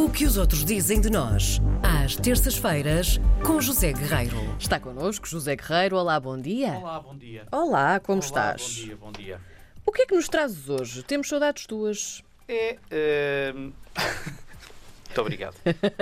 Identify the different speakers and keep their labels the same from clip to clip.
Speaker 1: O que os outros dizem de nós, às terças-feiras, com José Guerreiro.
Speaker 2: Está connosco José Guerreiro. Olá, bom dia.
Speaker 3: Olá, bom dia.
Speaker 2: Olá, como
Speaker 3: Olá,
Speaker 2: estás?
Speaker 3: Bom dia, bom dia.
Speaker 2: O que é que nos trazes hoje? Temos saudades tuas.
Speaker 3: Muito obrigado.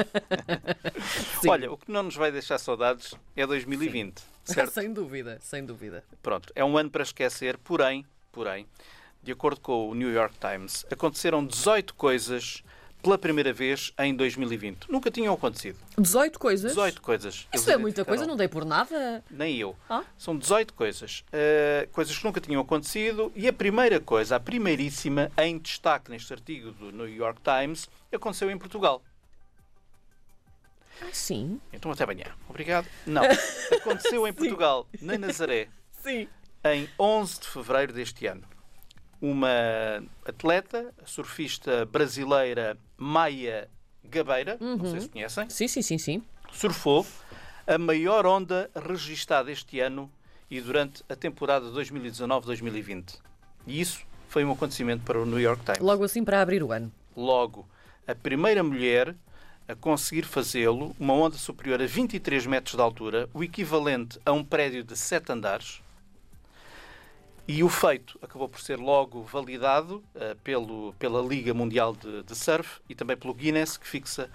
Speaker 2: Sim.
Speaker 3: Olha, o que não nos vai deixar saudades é 2020, certo?
Speaker 2: Sem dúvida, sem dúvida.
Speaker 3: Pronto, é um ano para esquecer, porém, de acordo com o New York Times, aconteceram 18 coisas pela primeira vez em 2020. Nunca tinham acontecido.
Speaker 2: 18 coisas?
Speaker 3: 18 coisas. Eles
Speaker 2: Isso é muita coisa,
Speaker 3: identificaram.
Speaker 2: não dei por nada.
Speaker 3: Nem eu.
Speaker 2: Ah?
Speaker 3: São 18 coisas. Coisas que nunca tinham acontecido. E a primeira coisa, a primeiríssima, em destaque neste artigo do New York Times, aconteceu em Portugal.
Speaker 2: Ah, sim?
Speaker 3: Então até amanhã. Obrigado. Não. Aconteceu em Portugal, na Nazaré,
Speaker 2: Sim.
Speaker 3: em 11 de fevereiro deste ano. Uma atleta, a surfista brasileira Maia Gabeira, não sei se conhecem,
Speaker 2: Sim.
Speaker 3: surfou a maior onda registada este ano e durante a temporada 2019-2020. E isso foi um acontecimento para o New York Times.
Speaker 2: Logo assim para abrir o ano.
Speaker 3: Logo, a primeira mulher a conseguir fazê-lo, uma onda superior a 23 metros de altura, o equivalente a um prédio de 7 andares. E o feito acabou por ser logo validado pela Liga Mundial de Surf e também pelo Guinness, que fixa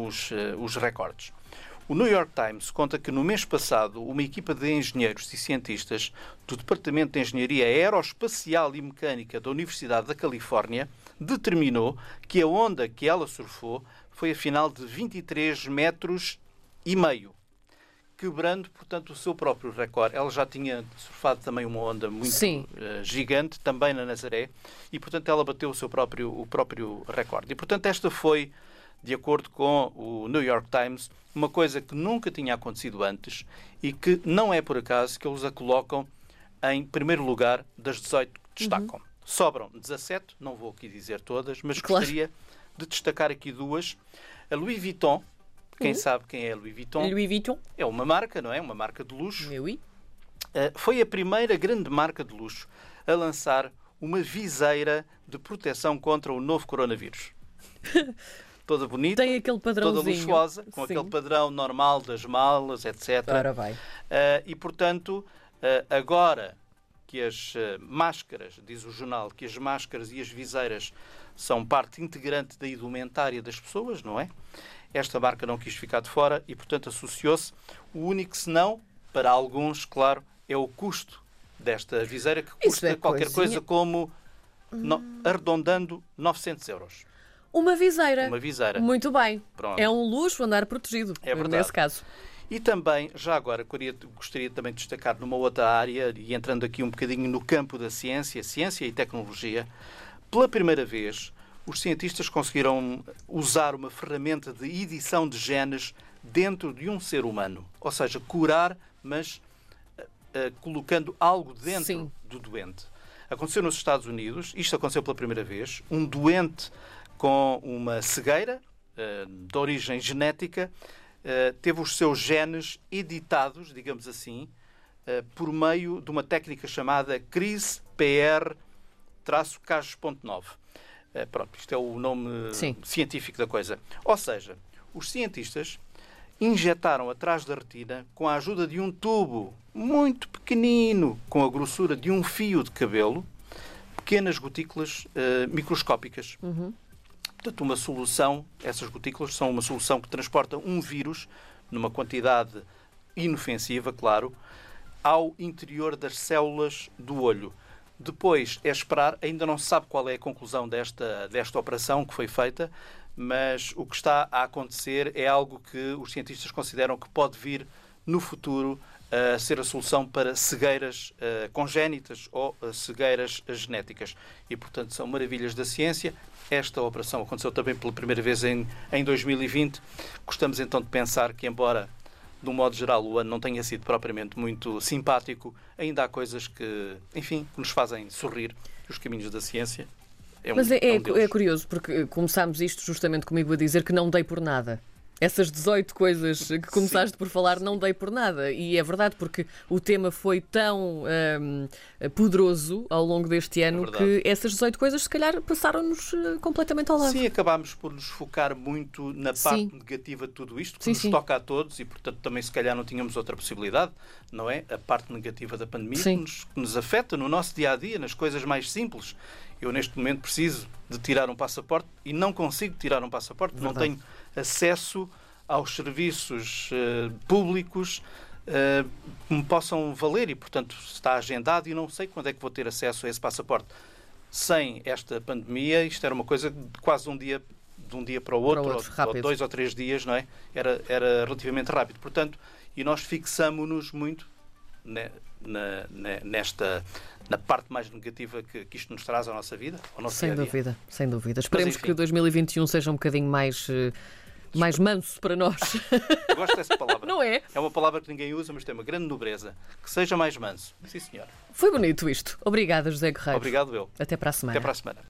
Speaker 3: os recordes. O New York Times conta que no mês passado uma equipa de engenheiros e cientistas do Departamento de Engenharia Aeroespacial e Mecânica da Universidade da Califórnia determinou que a onda que ela surfou foi afinal de 23 metros e meio, quebrando, portanto, o seu próprio recorde. Ela já tinha surfado também uma onda muito gigante, também na Nazaré, e, portanto, ela bateu o próprio recorde. E, portanto, esta foi, de acordo com o New York Times, uma coisa que nunca tinha acontecido antes e que não é por acaso que eles a colocam em primeiro lugar das 18 que destacam. Sobram 17, não vou aqui dizer todas, mas
Speaker 2: Claro.
Speaker 3: gostaria de destacar aqui duas. A Louis Vuitton, quem sabe quem é a Louis Vuitton,
Speaker 2: Louis Vuitton.
Speaker 3: é uma marca, não é? Uma marca de luxo.
Speaker 2: Oui.
Speaker 3: Foi a primeira grande marca de luxo a lançar uma viseira de proteção contra o novo coronavírus. Toda bonita,
Speaker 2: Tem aquele
Speaker 3: toda
Speaker 2: padrãozinho.
Speaker 3: luxuosa, com
Speaker 2: Sim.
Speaker 3: aquele padrão normal das malas, etc.
Speaker 2: Ora bem.
Speaker 3: E, portanto, agora que as máscaras, diz o jornal, que as máscaras e as viseiras são parte integrante da indumentária das pessoas, não é? Esta marca não quis ficar de fora e, portanto, associou-se. O único senão, para alguns, claro, é o custo desta viseira, que
Speaker 2: Isso
Speaker 3: custa
Speaker 2: é
Speaker 3: qualquer
Speaker 2: coisinha.
Speaker 3: coisa como, arredondando, 900 euros.
Speaker 2: Uma viseira.
Speaker 3: Uma viseira.
Speaker 2: Muito bem.
Speaker 3: Pronto.
Speaker 2: É um luxo andar protegido.
Speaker 3: É verdade.
Speaker 2: Nesse caso.
Speaker 3: E também, já agora, gostaria também de destacar numa outra área, e entrando aqui um bocadinho no campo da ciência e tecnologia, pela primeira vez, os cientistas conseguiram usar uma ferramenta de edição de genes dentro de um ser humano. Ou seja, curar, mas colocando algo dentro
Speaker 2: Sim.
Speaker 3: do doente. Aconteceu nos Estados Unidos, isto aconteceu pela primeira vez, um doente com uma cegueira de origem genética teve os seus genes editados, digamos assim, por meio de uma técnica chamada CRISPR-Cas9. Pronto, isto é o nome
Speaker 2: Sim.
Speaker 3: científico da coisa. Ou seja, os cientistas injetaram atrás da retina, com a ajuda de um tubo muito pequenino, com a grossura de um fio de cabelo, pequenas gotículas microscópicas. Portanto, uma solução, essas gotículas são uma solução que transporta um vírus, numa quantidade inofensiva, claro, ao interior das células do olho. Depois é esperar, ainda não se sabe qual é a conclusão desta operação que foi feita, mas o que está a acontecer é algo que os cientistas consideram que pode vir no futuro a ser a solução para cegueiras congénitas ou cegueiras genéticas. E, portanto, são maravilhas da ciência. Esta operação aconteceu também pela primeira vez em 2020. Gostamos então de pensar que, embora, de um modo geral, o ano não tenha sido propriamente muito simpático, ainda há coisas que, enfim, que nos fazem sorrir. Os caminhos da ciência
Speaker 2: Mas é
Speaker 3: deles.
Speaker 2: curioso, porque começámos isto justamente comigo a dizer que não dei por nada. Essas 18 coisas que começaste por falar não dei por nada. E é verdade, porque o tema foi tão poderoso ao longo deste ano que essas 18 coisas, se calhar, passaram-nos completamente ao lado.
Speaker 3: Sim, acabámos por nos focar muito na parte negativa de tudo isto, que nos toca a todos e, portanto, também se calhar não tínhamos outra possibilidade, não é? A parte negativa da pandemia que nos afeta no nosso dia-a-dia, nas coisas mais simples. Eu, neste momento, preciso de tirar um passaporte e não consigo tirar um passaporte, não tenho acesso aos serviços públicos que me possam valer e, portanto, está agendado e não sei quando é que vou ter acesso a esse passaporte. Sem esta pandemia, isto era uma coisa de quase de um dia para o outro ou 2 ou 3 dias, não é? Era relativamente rápido. Portanto, e nós fixamo-nos muito na parte mais negativa que isto nos traz à nossa vida, ao nosso dia-a-dia.
Speaker 2: Sem dúvida. Esperemos que 2021 seja um bocadinho mais manso para nós.
Speaker 3: Gosto dessa palavra.
Speaker 2: Não é?
Speaker 3: É uma palavra que ninguém usa, mas tem uma grande nobreza. Que seja mais manso. Sim, senhor.
Speaker 2: Foi bonito isto. Obrigada, José Guerreiro.
Speaker 3: Obrigado, eu.
Speaker 2: Até para a semana.
Speaker 3: Até para a semana.